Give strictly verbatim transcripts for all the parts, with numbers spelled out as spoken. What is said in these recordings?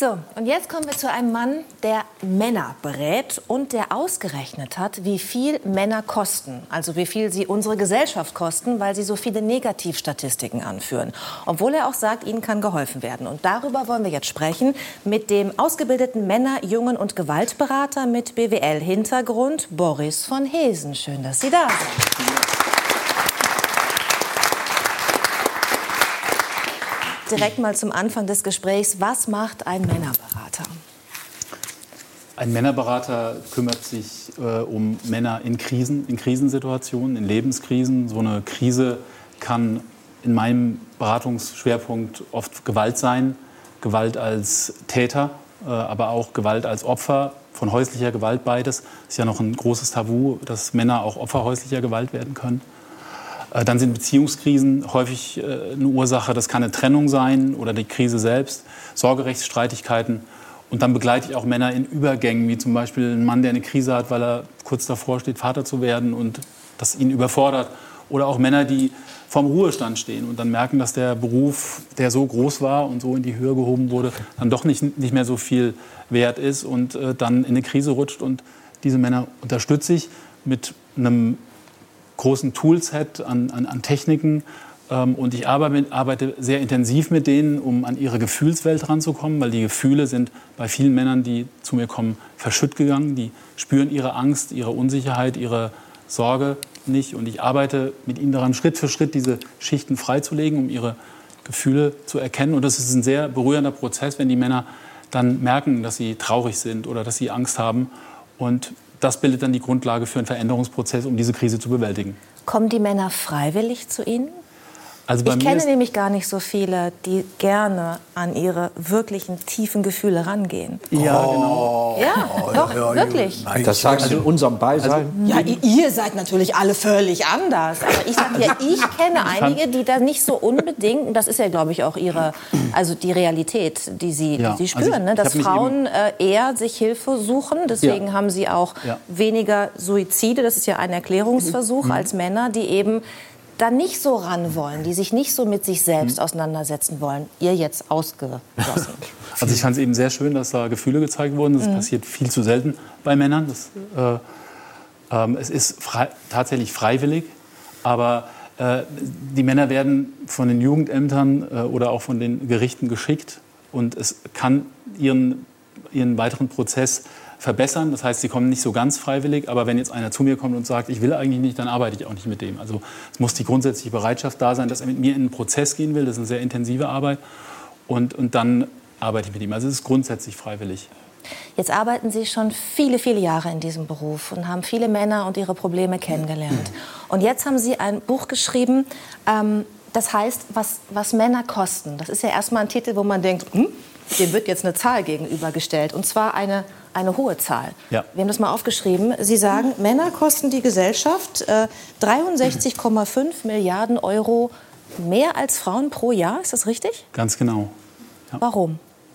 So, und jetzt kommen wir zu einem Mann, der Männer berät und der ausgerechnet hat, wie viel Männer kosten. Also wie viel sie unsere Gesellschaft kosten, weil sie so viele Negativstatistiken anführen. Obwohl er auch sagt, ihnen kann geholfen werden. Und darüber wollen wir jetzt sprechen mit dem ausgebildeten Männer-, Jungen- und Gewaltberater mit B W L-Hintergrund, Boris von Heesen. Schön, dass Sie da sind. Direkt mal zum Anfang des Gesprächs. Was macht ein Männerberater? Ein Männerberater kümmert sich äh, um Männer in Krisen, in Krisensituationen, in Lebenskrisen. So eine Krise kann in meinem Beratungsschwerpunkt oft Gewalt sein. Gewalt als Täter, äh, aber auch Gewalt als Opfer von häuslicher Gewalt. Beides ist ja noch ein großes Tabu, dass Männer auch Opfer häuslicher Gewalt werden können. Dann sind Beziehungskrisen häufig eine Ursache. Das kann eine Trennung sein oder die Krise selbst, Sorgerechtsstreitigkeiten. Und dann begleite ich auch Männer in Übergängen, wie zum Beispiel ein Mann, der eine Krise hat, weil er kurz davor steht, Vater zu werden und das ihn überfordert. Oder auch Männer, die vorm Ruhestand stehen und dann merken, dass der Beruf, der so groß war und so in die Höhe gehoben wurde, dann doch nicht, nicht mehr so viel wert ist und äh, dann in eine Krise rutscht. Und diese Männer unterstütze ich mit einem großen Toolset an, an, an Techniken. Ähm, und ich arbeite, arbeite sehr intensiv mit denen, um an ihre Gefühlswelt ranzukommen, weil die Gefühle sind bei vielen Männern, die zu mir kommen, verschütt gegangen. Die spüren ihre Angst, ihre Unsicherheit, ihre Sorge nicht. Und ich arbeite mit ihnen daran, Schritt für Schritt diese Schichten freizulegen, um ihre Gefühle zu erkennen. Und das ist ein sehr berührender Prozess, wenn die Männer dann merken, dass sie traurig sind oder dass sie Angst haben. Und das bildet dann die Grundlage für einen Veränderungsprozess, um diese Krise zu bewältigen. Kommen die Männer freiwillig zu Ihnen? Also bei ich mir kenne ist nämlich gar nicht so viele, die gerne an ihre wirklichen tiefen Gefühle rangehen. Ja, genau. Ja, doch, ja, ja, wirklich. Nein, Das sagst du in unserem Beisein? Ja, ihr seid natürlich alle völlig anders. Aber ich sage ja, ich kenne einige, die da nicht so unbedingt, und das ist ja, glaube ich, auch ihre, also die Realität, die sie, Ja, die sie also spüren, ich- ne? ich dass hab mich Frauen äh, eher sich Hilfe suchen. Deswegen Ja. haben sie auch Ja. weniger Suizide. Das ist ja ein Erklärungsversuch Mhm. als Männer, die eben da nicht so ran wollen, die sich nicht so mit sich selbst auseinandersetzen wollen. Ihr jetzt ausgeschlossen. Also ich fand es eben sehr schön, dass da Gefühle gezeigt wurden. Das passiert viel zu selten bei Männern. Das, äh, ähm, es ist frei, tatsächlich freiwillig, aber äh, die Männer werden von den Jugendämtern äh, oder auch von den Gerichten geschickt und es kann ihren, ihren weiteren Prozess verbessern. Das heißt, sie kommen nicht so ganz freiwillig, aber wenn jetzt einer zu mir kommt und sagt, ich will eigentlich nicht, dann arbeite ich auch nicht mit dem. Also es muss die grundsätzliche Bereitschaft da sein, dass er mit mir in einen Prozess gehen will. Das ist eine sehr intensive Arbeit und, und dann arbeite ich mit ihm. Also es ist grundsätzlich freiwillig. Jetzt arbeiten Sie schon viele, viele Jahre in diesem Beruf und haben viele Männer und ihre Probleme kennengelernt. Und jetzt haben Sie ein Buch geschrieben, ähm, das heißt, was, was Männer kosten. Das ist ja erstmal ein Titel, wo man denkt, hm, dem wird jetzt eine Zahl gegenübergestellt. Und zwar eine, eine hohe Zahl. Ja. Wir haben das mal aufgeschrieben. Sie sagen, Männer kosten die Gesellschaft äh, dreiundsechzig Komma fünf Milliarden Euro mehr als Frauen pro Jahr. Ist das richtig? Ganz genau. Warum?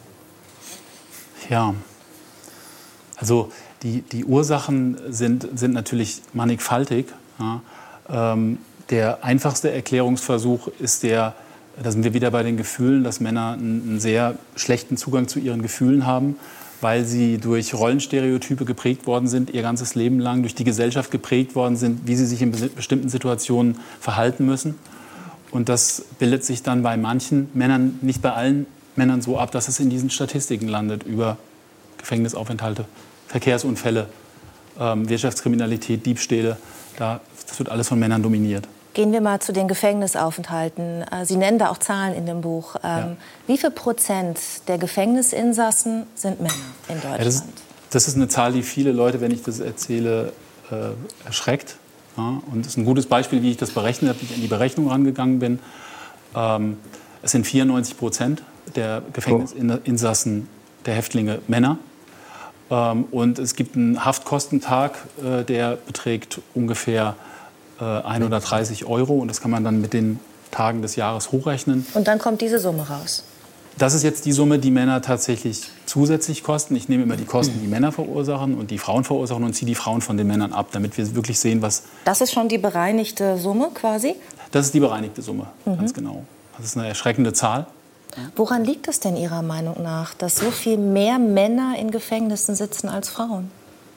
Ja, also die, die Ursachen sind, sind natürlich mannigfaltig. Ja. Ähm, der einfachste Erklärungsversuch ist der, da sind wir wieder bei den Gefühlen, dass Männer einen, einen sehr schlechten Zugang zu ihren Gefühlen haben, weil sie durch Rollenstereotype geprägt worden sind, ihr ganzes Leben lang, durch die Gesellschaft geprägt worden sind, wie sie sich in bestimmten Situationen verhalten müssen. Und das bildet sich dann bei manchen Männern, nicht bei allen Männern so ab, dass es in diesen Statistiken landet über Gefängnisaufenthalte, Verkehrsunfälle, ähm, Wirtschaftskriminalität, Diebstähle. Da, das wird alles von Männern dominiert. Gehen wir mal zu den Gefängnisaufenthalten. Sie nennen da auch Zahlen in dem Buch. Ja. Wie viel Prozent der Gefängnisinsassen sind Männer in Deutschland? Ja, das, ist, das ist eine Zahl, die viele Leute, wenn ich das erzähle, äh, erschreckt. Ja, und das ist ein gutes Beispiel, wie ich das berechnet habe, wie ich an die Berechnung rangegangen bin. Ähm, es sind vierundneunzig Prozent der Gefängnisinsassen, der Häftlinge, Männer. Ähm, und es gibt einen Haftkostentag, äh, der beträgt ungefähr äh, hundertdreißig Euro. Und das kann man dann mit den Tagen des Jahres hochrechnen. Und dann kommt diese Summe raus? Das ist jetzt die Summe, die Männer tatsächlich zusätzlich kosten. Ich nehme immer die Kosten, die Männer verursachen und die Frauen verursachen und ziehe die Frauen von den Männern ab, damit wir wirklich sehen, was... Das ist schon die bereinigte Summe quasi? Das ist die bereinigte Summe, mhm. ganz genau. Das ist eine erschreckende Zahl. Woran liegt es denn Ihrer Meinung nach, dass so viel mehr Männer in Gefängnissen sitzen als Frauen?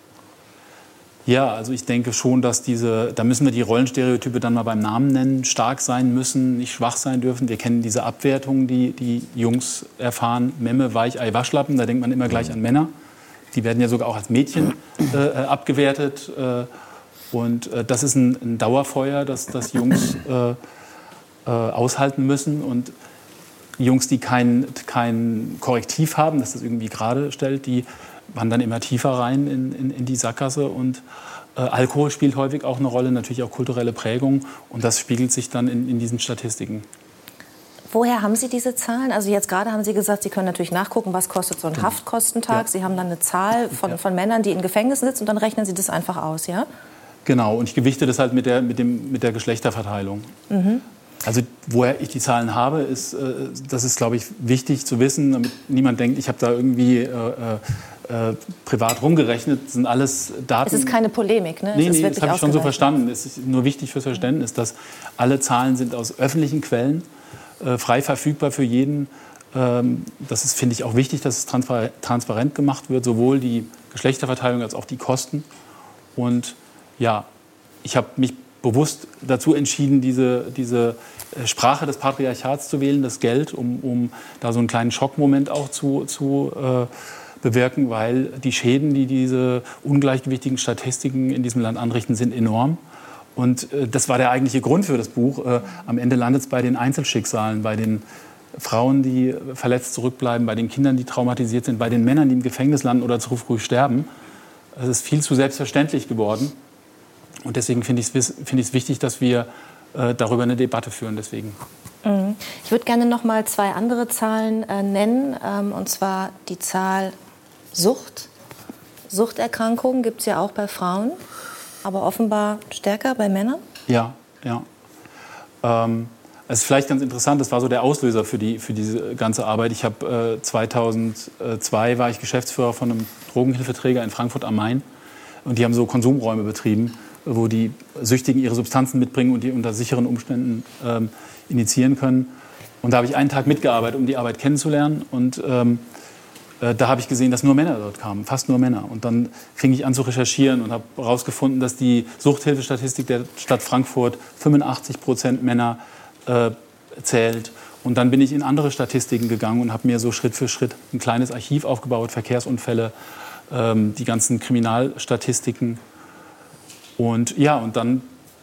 Ja, also ich denke schon, dass diese, da müssen wir die Rollenstereotype dann mal beim Namen nennen, stark sein müssen, nicht schwach sein dürfen. Wir kennen diese Abwertungen, die die Jungs erfahren, Memme, Weichei, Waschlappen, da denkt man immer gleich an Männer. Die werden ja sogar auch als Mädchen äh, abgewertet. Äh, und äh, das ist ein, ein Dauerfeuer, das, das Jungs äh, äh, aushalten müssen. Und Jungs, die kein, kein Korrektiv haben, das das irgendwie gerade stellt, die wandern immer tiefer rein in, in, in die Sackgasse. Und äh, Alkohol spielt häufig auch eine Rolle, natürlich auch kulturelle Prägung. Und das spiegelt sich dann in, in diesen Statistiken. Woher haben Sie diese Zahlen? Also jetzt gerade haben Sie gesagt, Sie können natürlich nachgucken, was kostet so ein genau. Haftkostentag. Ja. Sie haben dann eine Zahl von, ja. von Männern, die in Gefängnissen sitzen, und dann rechnen Sie das einfach aus, ja? Genau, und ich gewichte das halt mit der, mit dem, mit der Geschlechterverteilung. Mhm. Also woher ich die Zahlen habe, ist, äh, das ist, glaube ich, wichtig zu wissen, damit niemand denkt, ich habe da irgendwie äh, äh, privat rumgerechnet. Das sind alles Daten. Es ist keine Polemik, ne? Nee, nee, das habe ich schon so verstanden. Es ist nur wichtig fürs Verständnis, dass alle Zahlen sind aus öffentlichen Quellen, äh, frei verfügbar für jeden. Ähm, das ist, finde ich, auch wichtig, dass es transpa- transparent gemacht wird, sowohl die Geschlechterverteilung als auch die Kosten. Und ja, ich habe mich bewusst dazu entschieden, diese, diese Sprache des Patriarchats zu wählen, das Geld, um, um da so einen kleinen Schockmoment auch zu, zu äh, bewirken, weil die Schäden, die diese ungleichgewichtigen Statistiken in diesem Land anrichten, sind enorm. Und äh, das war der eigentliche Grund für das Buch. Äh, am Ende landet es bei den Einzelschicksalen, bei den Frauen, die verletzt zurückbleiben, bei den Kindern, die traumatisiert sind, bei den Männern, die im Gefängnis landen oder zu früh sterben. Es ist viel zu selbstverständlich geworden. Und deswegen finde ich es find wichtig, dass wir äh, darüber eine Debatte führen. Deswegen. Mhm. Ich würde gerne noch mal zwei andere Zahlen äh, nennen. Ähm, und zwar die Zahl Sucht. Suchterkrankungen gibt es ja auch bei Frauen, aber offenbar stärker bei Männern. Ja, ja. Ähm, es ist vielleicht ganz interessant, das war so der Auslöser für, die, für diese ganze Arbeit. Ich habe äh, zweitausendzwei war ich Geschäftsführer von einem Drogenhilfeträger in Frankfurt am Main. Und die haben so Konsumräume betrieben, wo die Süchtigen ihre Substanzen mitbringen und die unter sicheren Umständen ähm, initiieren können. Und da habe ich einen Tag mitgearbeitet, um die Arbeit kennenzulernen. Und ähm, äh, da habe ich gesehen, dass nur Männer dort kamen, fast nur Männer. Und dann fing ich an zu recherchieren und habe herausgefunden, dass die Suchthilfestatistik der Stadt Frankfurt fünfundachtzig Prozent Männer äh, zählt. Und dann bin ich in andere Statistiken gegangen und habe mir so Schritt für Schritt ein kleines Archiv aufgebaut, Verkehrsunfälle, ähm, die ganzen Kriminalstatistiken. Und ja, und dann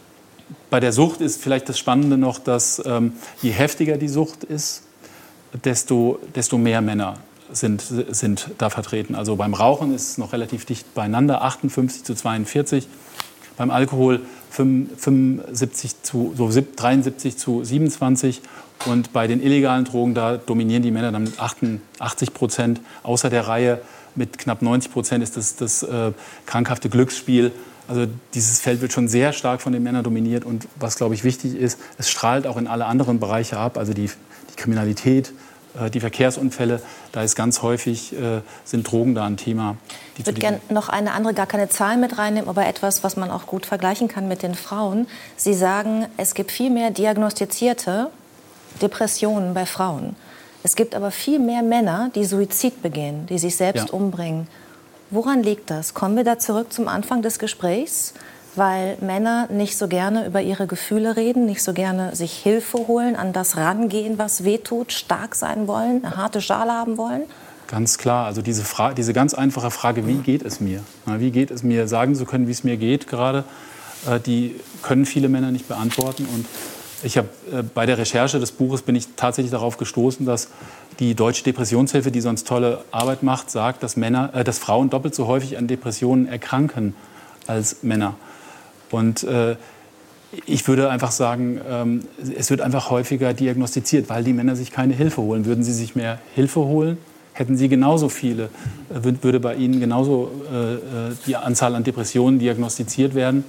bei der Sucht ist vielleicht das Spannende noch, dass ähm, je heftiger die Sucht ist, desto, desto mehr Männer sind, sind da vertreten. Also beim Rauchen ist es noch relativ dicht beieinander, achtundfünfzig zu zweiundvierzig. Beim Alkohol fünfundsiebzig zu, so dreiundsiebzig zu siebenundzwanzig. Und bei den illegalen Drogen, da dominieren die Männer dann mit achtundachtzig Prozent. Außer der Reihe mit knapp neunzig Prozent ist das, das äh, krankhafte Glücksspiel. Also dieses Feld wird schon sehr stark von den Männern dominiert. Und was, glaube ich, wichtig ist, es strahlt auch in alle anderen Bereiche ab. Also die, die Kriminalität, äh, die Verkehrsunfälle, da ist ganz häufig, äh, sind Drogen da ein Thema. Ich würde gerne noch eine andere, gar keine Zahl mit reinnehmen, aber etwas, was man auch gut vergleichen kann mit den Frauen. Sie sagen, es gibt viel mehr diagnostizierte Depressionen bei Frauen. Es gibt aber viel mehr Männer, die Suizid begehen, die sich selbst ja. umbringen. Woran liegt das? Kommen wir da zurück zum Anfang des Gesprächs? Weil Männer nicht so gerne über ihre Gefühle reden, nicht so gerne sich Hilfe holen, an das rangehen, was wehtut, stark sein wollen, eine harte Schale haben wollen? Ganz klar. Also diese, Frage, diese ganz einfache Frage, wie geht es mir? Wie geht es mir, sagen zu können, wie es mir geht gerade, die können viele Männer nicht beantworten. Und ich habe äh, bei der Recherche des Buches bin ich tatsächlich darauf gestoßen, dass die Deutsche Depressionshilfe, die sonst tolle Arbeit macht, sagt, dass, Männer, äh, dass Frauen doppelt so häufig an Depressionen erkranken als Männer. Und äh, ich würde einfach sagen, ähm, es wird einfach häufiger diagnostiziert, weil die Männer sich keine Hilfe holen. Würden sie sich mehr Hilfe holen, hätten sie genauso viele, äh, würde bei ihnen genauso äh, die Anzahl an Depressionen diagnostiziert werden.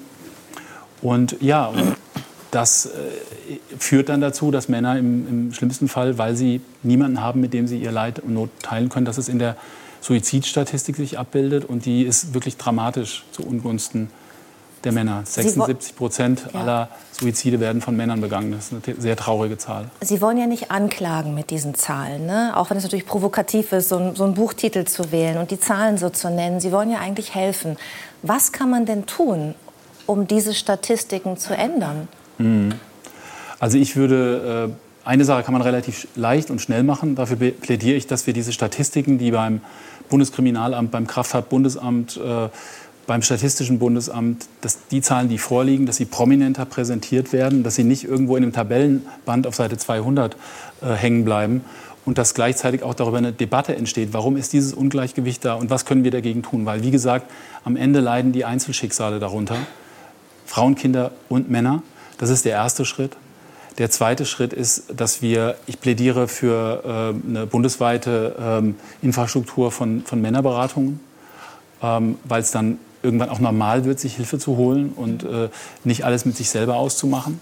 Und ja, und das äh, führt dann dazu, dass Männer im, im schlimmsten Fall, weil sie niemanden haben, mit dem sie ihr Leid und Not teilen können, dass es in der Suizidstatistik sich abbildet. Und die ist wirklich dramatisch zu Ungunsten der Männer. sechsundsiebzig Prozent ja. aller Suizide werden von Männern begangen. Das ist eine sehr traurige Zahl. Sie wollen ja nicht anklagen mit diesen Zahlen, ne? Auch wenn es natürlich provokativ ist, so, ein, so einen Buchtitel zu wählen und die Zahlen so zu nennen. Sie wollen ja eigentlich helfen. Was kann man denn tun, um diese Statistiken zu ändern? Also ich würde, äh, eine Sache kann man relativ leicht und schnell machen. Dafür plädiere ich, dass wir diese Statistiken, die beim Bundeskriminalamt, beim Kraftfahrtbundesamt, äh, beim Statistischen Bundesamt, dass die Zahlen, die vorliegen, dass sie prominenter präsentiert werden, dass sie nicht irgendwo in einem Tabellenband auf Seite zweihundert äh, hängen bleiben und dass gleichzeitig auch darüber eine Debatte entsteht. Warum ist dieses Ungleichgewicht da und was können wir dagegen tun? Weil, wie gesagt, am Ende leiden die Einzelschicksale darunter. Frauen, Kinder und Männer. Das ist der erste Schritt. Der zweite Schritt ist, dass wir, ich plädiere für äh, eine bundesweite ähm, Infrastruktur von, von Männerberatungen, ähm, weil es dann irgendwann auch normal wird, sich Hilfe zu holen und äh, nicht alles mit sich selber auszumachen.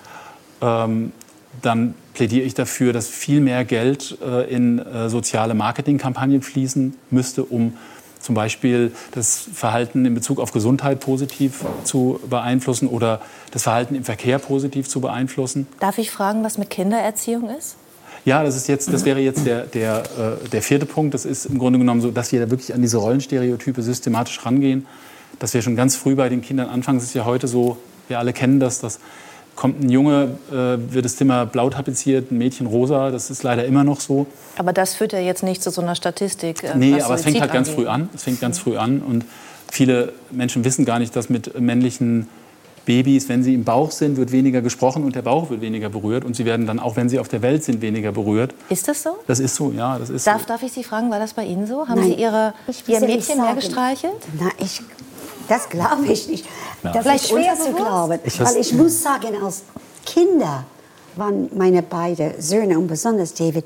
Ähm, dann plädiere ich dafür, dass viel mehr Geld äh, in äh, soziale Marketingkampagnen fließen müsste, um zum Beispiel das Verhalten in Bezug auf Gesundheit positiv zu beeinflussen oder das Verhalten im Verkehr positiv zu beeinflussen. Darf ich fragen, was mit Kindererziehung ist? Ja, das, ist jetzt, das wäre jetzt der, der, äh, der vierte Punkt. Das ist im Grunde genommen so, dass wir da wirklich an diese Rollenstereotype systematisch rangehen. Dass wir schon ganz früh bei den Kindern anfangen. Es ist ja heute so, wir alle kennen das, dass kommt ein Junge, äh, wird das Zimmer blau tapeziert, ein Mädchen rosa. Das ist leider immer noch so. Aber das führt ja jetzt nicht zu so einer Statistik. Äh, nee, aber es fängt halt ganz früh an. Es fängt ganz früh an. Und viele Menschen wissen gar nicht, dass mit männlichen Babys, wenn sie im Bauch sind, wird weniger gesprochen und der Bauch wird weniger berührt. Und sie werden dann, auch wenn sie auf der Welt sind, weniger berührt. Ist das so? Das ist so, ja. Das ist darf, so. darf ich Sie fragen, war das bei Ihnen so? Haben Nein, Sie Ihre, Ihr Mädchen mehr gestreichelt? Na, ich, das glaube ich nicht. Ja. Das Vielleicht ist schwer schwer zu bewusst? glauben. Ich Weil ich muss sagen, als Kinder waren meine beiden Söhne und besonders David,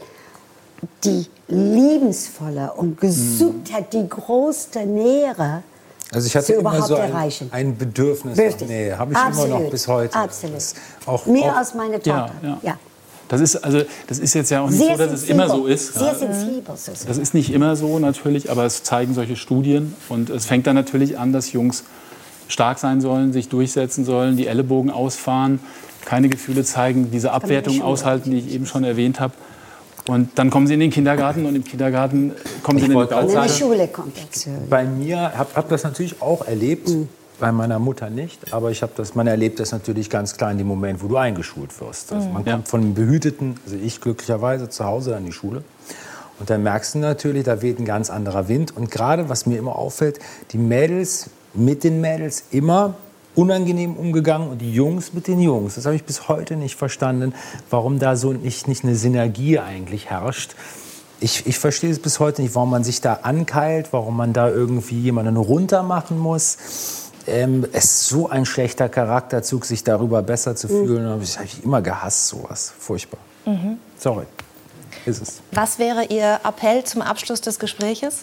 die liebensvolle und gesucht hat, die größte Nähe. Also ich hatte immer so ein, ein Bedürfnis nach Nähe. Habe ich Absolut. immer noch bis heute. Absolut. Auch, Mehr auch als meine Tochter. Ja, ja. Ja. Das ist, also, das ist jetzt ja auch nicht Sehr so, dass es sensibel. immer so ist. Sehr Ja. sensibel. So Das ist nicht immer so natürlich, aber es zeigen solche Studien. Und es fängt dann natürlich an, dass Jungs stark sein sollen, sich durchsetzen sollen, die Ellenbogen ausfahren, keine Gefühle zeigen, diese Abwertung aushalten, die ich eben schon erwähnt habe. Und dann kommen sie in den Kindergarten und im Kindergarten kommen sie in den in die Schule kommt dazu. Bei mir habe hab das natürlich auch erlebt, mhm. bei meiner Mutter nicht, aber ich habe das, man erlebt das natürlich ganz klar in dem Moment, wo du eingeschult wirst. Also man ja. kommt von einem Behüteten, also ich glücklicherweise zu Hause an die Schule. Und dann merkst du natürlich, da weht ein ganz anderer Wind. Und gerade, was mir immer auffällt, die Mädels mit den Mädels immer unangenehm umgegangen und die Jungs mit den Jungs. Das habe ich bis heute nicht verstanden, warum da so nicht, nicht eine Synergie eigentlich herrscht. Ich, ich verstehe es bis heute nicht, warum man sich da ankeilt, warum man da irgendwie jemanden runtermachen muss. Ähm, es ist so ein schlechter Charakterzug, sich darüber besser zu fühlen. Mhm. Das habe ich immer gehasst, sowas. Furchtbar. Mhm. Sorry. Ist es. Was wäre Ihr Appell zum Abschluss des Gespräches?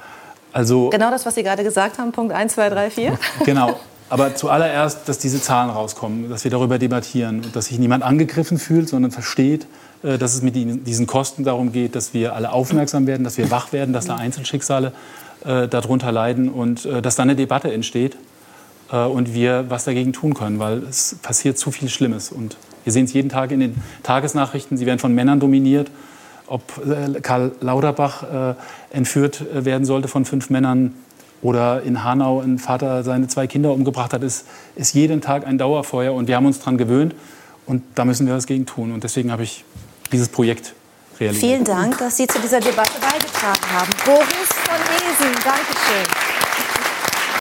Also, genau das, was Sie gerade gesagt haben, Punkt eins, zwei, drei, vier? Genau. Aber zuallererst, dass diese Zahlen rauskommen, dass wir darüber debattieren und dass sich niemand angegriffen fühlt, sondern versteht, dass es mit diesen Kosten darum geht, dass wir alle aufmerksam werden, dass wir wach werden, dass da Einzelschicksale äh, darunter leiden und äh, dass da eine Debatte entsteht äh, und wir was dagegen tun können, weil es passiert zu viel Schlimmes. Und wir sehen es jeden Tag in den Tagesnachrichten, sie werden von Männern dominiert. Ob äh, Karl Lauterbach äh, entführt äh, werden sollte von fünf Männern, oder in Hanau ein Vater seine zwei Kinder umgebracht hat, ist, ist jeden Tag ein Dauerfeuer. Und wir haben uns daran gewöhnt. Und da müssen wir was gegen tun. Und deswegen habe ich dieses Projekt realisiert. Vielen Dank, dass Sie zu dieser Debatte beigetragen haben. Boris von Hesen, danke schön.